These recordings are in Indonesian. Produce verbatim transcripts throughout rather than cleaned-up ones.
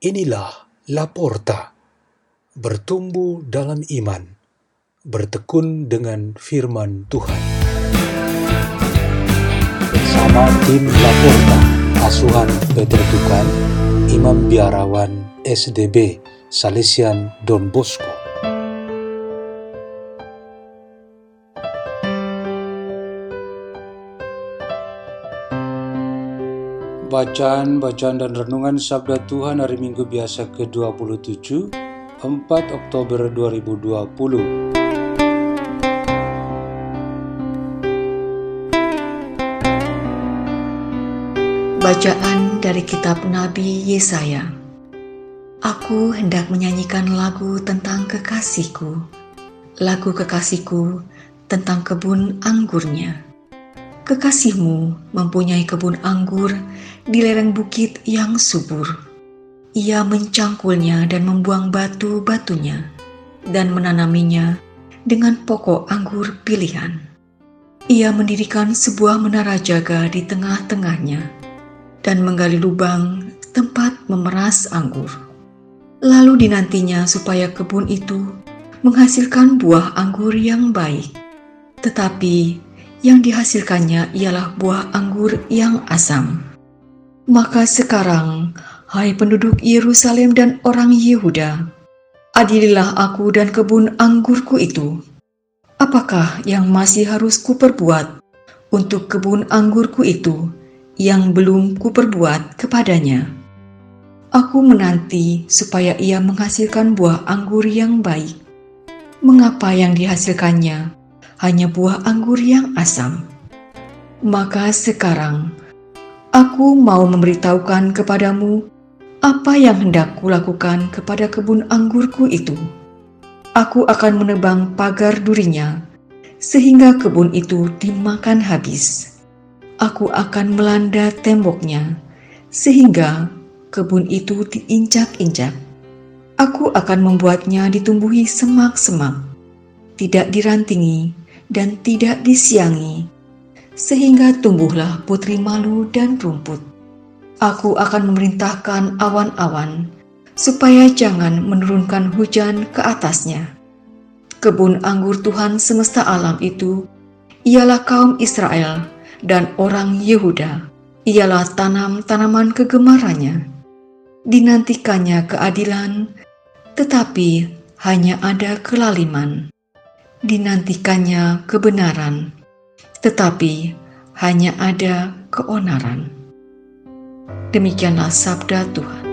Inilah Laporta, bertumbuh dalam iman, bertekun dengan firman Tuhan. Bersama tim Laporta, asuhan Peter Tukan, Imam Biarawan S D B, Salesian Don Bosco. Bacaan-bacaan dan renungan Sabda Tuhan hari Minggu biasa ke dua puluh tujuh, empat Oktober dua ribu dua puluh. Bacaan dari kitab Nabi Yesaya. Aku hendak menyanyikan lagu tentang kekasihku, lagu kekasihku tentang kebun anggurnya. Kekasihmu mempunyai kebun anggur di lereng bukit yang subur. Ia mencangkulnya dan membuang batu-batunya dan menanaminya dengan pokok anggur pilihan. Ia mendirikan sebuah menara jaga di tengah-tengahnya dan menggali lubang tempat memeras anggur. Lalu dinantinya supaya kebun itu menghasilkan buah anggur yang baik, tetapi yang dihasilkannya ialah buah anggur yang asam. Maka sekarang, hai penduduk Yerusalem dan orang Yehuda, adililah aku dan kebun anggurku itu. Apakah yang masih harus kuperbuat untuk kebun anggurku itu yang belum kuperbuat kepadanya? Aku menanti supaya ia menghasilkan buah anggur yang baik. Mengapa yang dihasilkannya hanya buah anggur yang asam? Maka sekarang aku mau memberitahukan kepadamu apa yang hendak kulakukan kepada kebun anggurku itu. Aku akan menebang pagar durinya sehingga kebun itu dimakan habis. Aku akan melanda temboknya sehingga kebun itu diinjak-injak. Aku akan membuatnya ditumbuhi semak-semak, tidak dirantingi dan tidak disiangi, sehingga tumbuhlah putri malu dan rumput. Aku akan memerintahkan awan-awan, supaya jangan menurunkan hujan ke atasnya. Kebun anggur Tuhan semesta alam itu, ialah kaum Israel dan orang Yehuda, ialah tanam-tanaman kegemarannya. Dinantikannya keadilan, tetapi hanya ada kelaliman. Dinantikannya kebenaran, tetapi hanya ada keonaran. Demikianlah sabda Tuhan.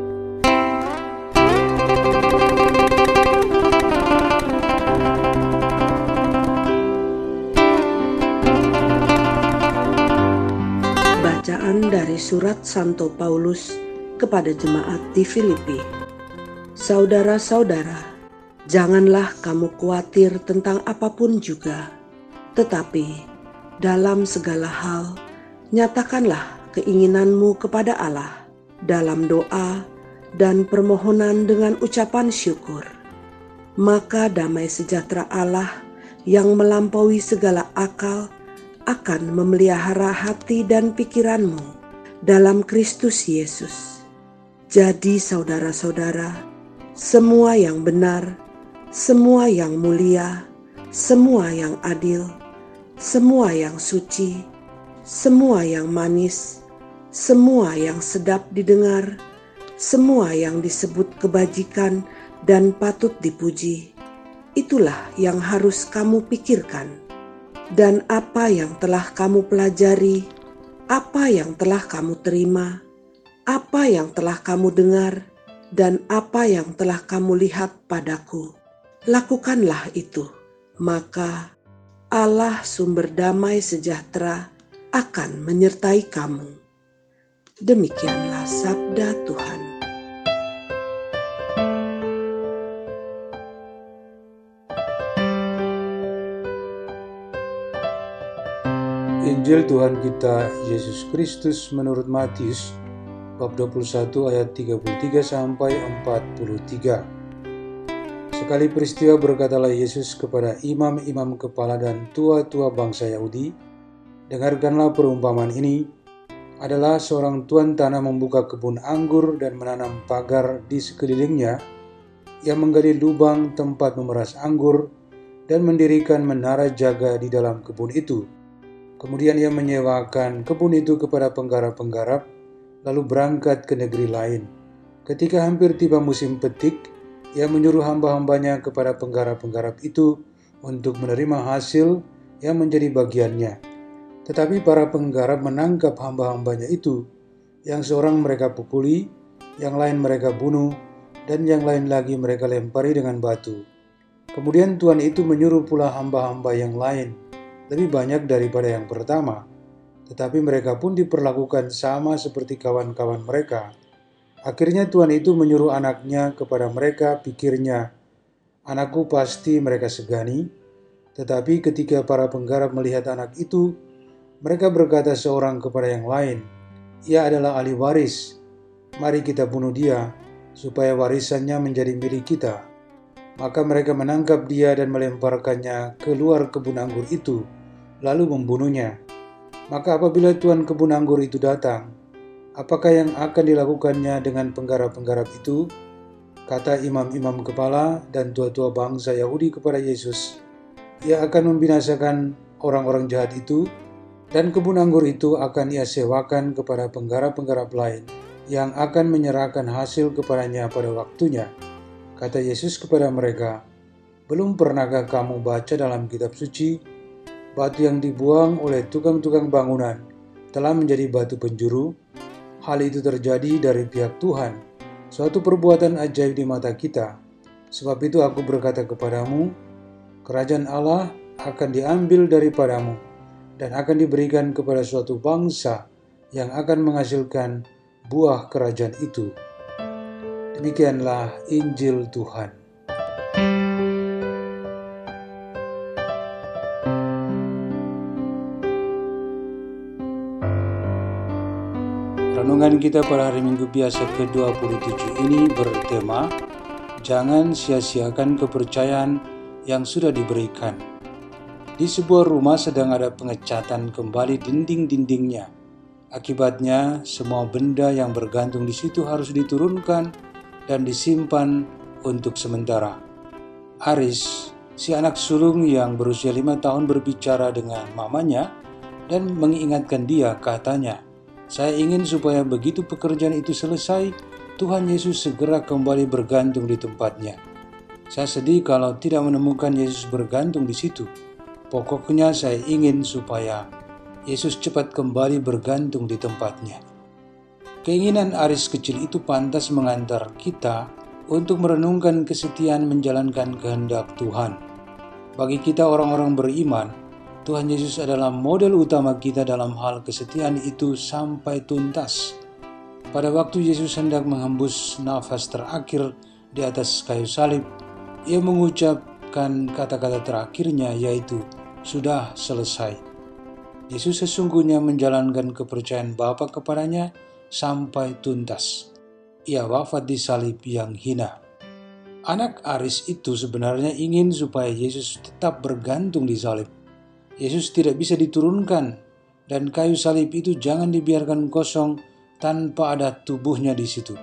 Bacaan dari surat Santo Paulus kepada jemaat di Filipi. Saudara-saudara, janganlah kamu khawatir tentang apapun juga, tetapi dalam segala hal nyatakanlah keinginanmu kepada Allah dalam doa dan permohonan dengan ucapan syukur. Maka damai sejahtera Allah yang melampaui segala akal akan memelihara hati dan pikiranmu dalam Kristus Yesus. Jadi saudara-saudara, semua yang benar, semua yang mulia, semua yang adil, semua yang suci, semua yang manis, semua yang sedap didengar, semua yang disebut kebajikan dan patut dipuji, itulah yang harus kamu pikirkan. Dan apa yang telah kamu pelajari, apa yang telah kamu terima, apa yang telah kamu dengar, dan apa yang telah kamu lihat padaku, lakukanlah itu. Maka Allah sumber damai sejahtera akan menyertai kamu. Demikianlah sabda Tuhan. Injil Tuhan kita Yesus Kristus menurut Matius bab dua puluh satu ayat tiga puluh tiga sampai empat puluh tiga. Sekali peristiwa berkatalah Yesus kepada imam-imam kepala dan tua-tua bangsa Yahudi, "Dengarkanlah perumpamaan ini. adalah seorang tuan tanah membuka kebun anggur dan menanam pagar di sekelilingnya. Ia menggali lubang tempat memeras anggur dan mendirikan menara jaga di dalam kebun itu. Kemudian ia menyewakan kebun itu kepada penggarap-penggarap, lalu berangkat ke negeri lain. Ketika hampir tiba musim petik, ia menyuruh hamba-hambanya kepada penggarap-penggarap itu untuk menerima hasil yang menjadi bagiannya. Tetapi para penggarap menangkap hamba-hambanya itu, yang seorang mereka pukuli, yang lain mereka bunuh, dan yang lain lagi mereka lempari dengan batu. Kemudian tuan itu menyuruh pula hamba-hamba yang lain, lebih banyak daripada yang pertama, tetapi mereka pun diperlakukan sama seperti kawan-kawan mereka. Akhirnya tuan itu menyuruh anaknya kepada mereka, pikirnya, anakku pasti mereka segani. Tetapi ketika para penggarap melihat anak itu, mereka berkata seorang kepada yang lain, ia adalah ahli waris, mari kita bunuh dia, supaya warisannya menjadi milik kita. Maka mereka menangkap dia dan melemparkannya keluar kebun anggur itu, lalu membunuhnya. Maka apabila tuan kebun anggur itu datang, apakah yang akan dilakukannya dengan penggarap-penggarap itu? Kata imam-imam kepala dan tua-tua bangsa Yahudi kepada Yesus, ia akan membinasakan orang-orang jahat itu, dan kebun anggur itu akan ia sewakan kepada penggarap-penggarap lain yang akan menyerahkan hasil kepadanya pada waktunya. Kata Yesus kepada mereka, belum pernahkah kamu baca dalam kitab suci, batu yang dibuang oleh tukang-tukang bangunan telah menjadi batu penjuru? Hal itu terjadi dari pihak Tuhan, suatu perbuatan ajaib di mata kita. Sebab itu aku berkata kepadamu, kerajaan Allah akan diambil daripadamu dan akan diberikan kepada suatu bangsa yang akan menghasilkan buah kerajaan itu. Demikianlah Injil Tuhan. Renungan kita pada hari Minggu biasa ke dua puluh tujuh ini bertema, jangan sia-siakan kepercayaan yang sudah diberikan. Di sebuah rumah sedang ada pengecatan kembali dinding-dindingnya. Akibatnya, semua benda yang bergantung di situ harus diturunkan dan disimpan untuk sementara. Aris, si anak sulung yang berusia lima tahun berbicara dengan mamanya dan mengingatkan dia, katanya, saya ingin supaya begitu pekerjaan itu selesai, Tuhan Yesus segera kembali bergantung di tempatnya. Saya sedih kalau tidak menemukan Yesus bergantung di situ. Pokoknya saya ingin supaya Yesus cepat kembali bergantung di tempatnya. Keinginan Aris kecil itu pantas mengantar kita untuk merenungkan kesetiaan menjalankan kehendak Tuhan. Bagi kita orang-orang beriman, Tuhan Yesus adalah model utama kita dalam hal kesetiaan itu sampai tuntas. Pada waktu Yesus hendak menghembus nafas terakhir di atas kayu salib, ia mengucapkan kata-kata terakhirnya, yaitu sudah selesai. Yesus sesungguhnya menjalankan kepercayaan Bapa kepadanya sampai tuntas. Ia wafat di salib yang hina. Anak Aris itu sebenarnya ingin supaya Yesus tetap bergantung di salib. Yesus tidak bisa diturunkan, dan kayu salib itu jangan dibiarkan kosong tanpa ada tubuhnya di situ.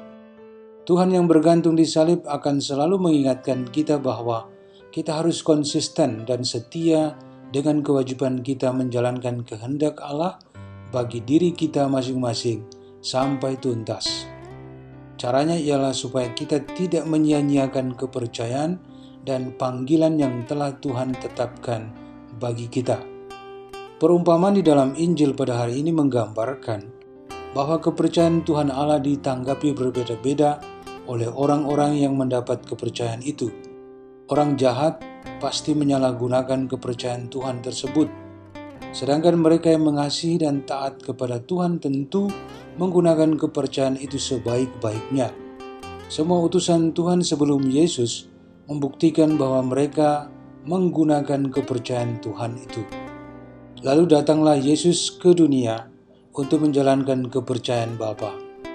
Tuhan yang bergantung di salib akan selalu mengingatkan kita bahwa kita harus konsisten dan setia dengan kewajiban kita menjalankan kehendak Allah bagi diri kita masing-masing sampai tuntas. Caranya ialah supaya kita tidak menyia-nyiakan kepercayaan dan panggilan yang telah Tuhan tetapkan bagi kita. Perumpamaan di dalam Injil pada hari ini menggambarkan bahwa kepercayaan Tuhan Allah ditanggapi berbeda-beda oleh orang-orang yang mendapat kepercayaan itu. Orang jahat pasti menyalahgunakan kepercayaan Tuhan tersebut. Sedangkan mereka yang mengasihi dan taat kepada Tuhan tentu menggunakan kepercayaan itu sebaik-baiknya. Semua utusan Tuhan sebelum Yesus membuktikan bahwa mereka menggunakan kepercayaan Tuhan itu. Lalu datanglah Yesus ke dunia untuk menjalankan kepercayaan Bapa.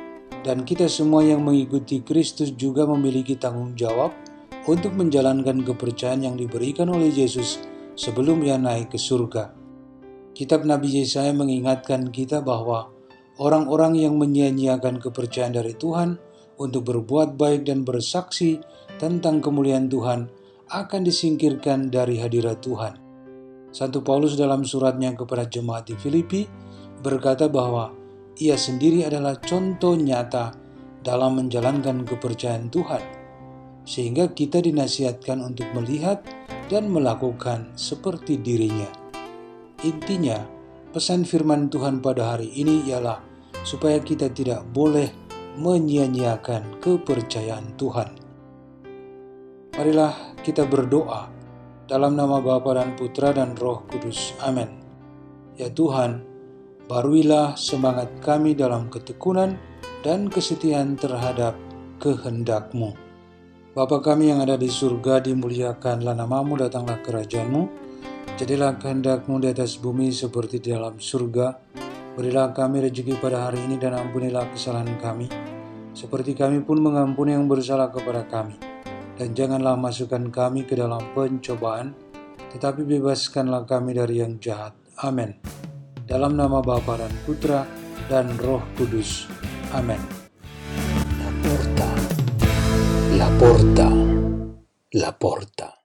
Dan kita semua yang mengikuti Kristus juga memiliki tanggung jawab untuk menjalankan kepercayaan yang diberikan oleh Yesus sebelum ia naik ke surga. Kitab Nabi Yesaya mengingatkan kita bahwa Orang-orang yang menyia-nyiakan kepercayaan dari Tuhan untuk berbuat baik dan bersaksi tentang kemuliaan Tuhan akan disingkirkan dari hadirat Tuhan. Santo Paulus dalam suratnya kepada jemaat di Filipi berkata bahwa ia sendiri adalah contoh nyata dalam menjalankan kepercayaan Tuhan, sehingga kita dinasihatkan untuk melihat dan melakukan seperti dirinya. Intinya, pesan firman Tuhan pada hari ini ialah supaya kita tidak boleh menyia-nyiakan kepercayaan Tuhan. Marilah kita berdoa dalam nama Bapa dan Putra dan Roh Kudus. Amin. Ya Tuhan, baruilah semangat kami dalam ketekunan dan kesetiaan terhadap kehendak-Mu. Bapa kami yang ada di surga, dimuliakanlah nama-Mu, datanglah kerajaan-Mu. Jadilah kehendak-Mu di atas bumi seperti di dalam surga. Berilah kami rezeki pada hari ini dan ampunilah kesalahan kami, seperti kami pun mengampuni yang bersalah kepada kami. Dan janganlah masukkan kami ke dalam pencobaan, tetapi bebaskanlah kami dari yang jahat. Amin. Dalam nama Bapa dan Putra dan Roh Kudus. Amin. La porta, la porta, la porta.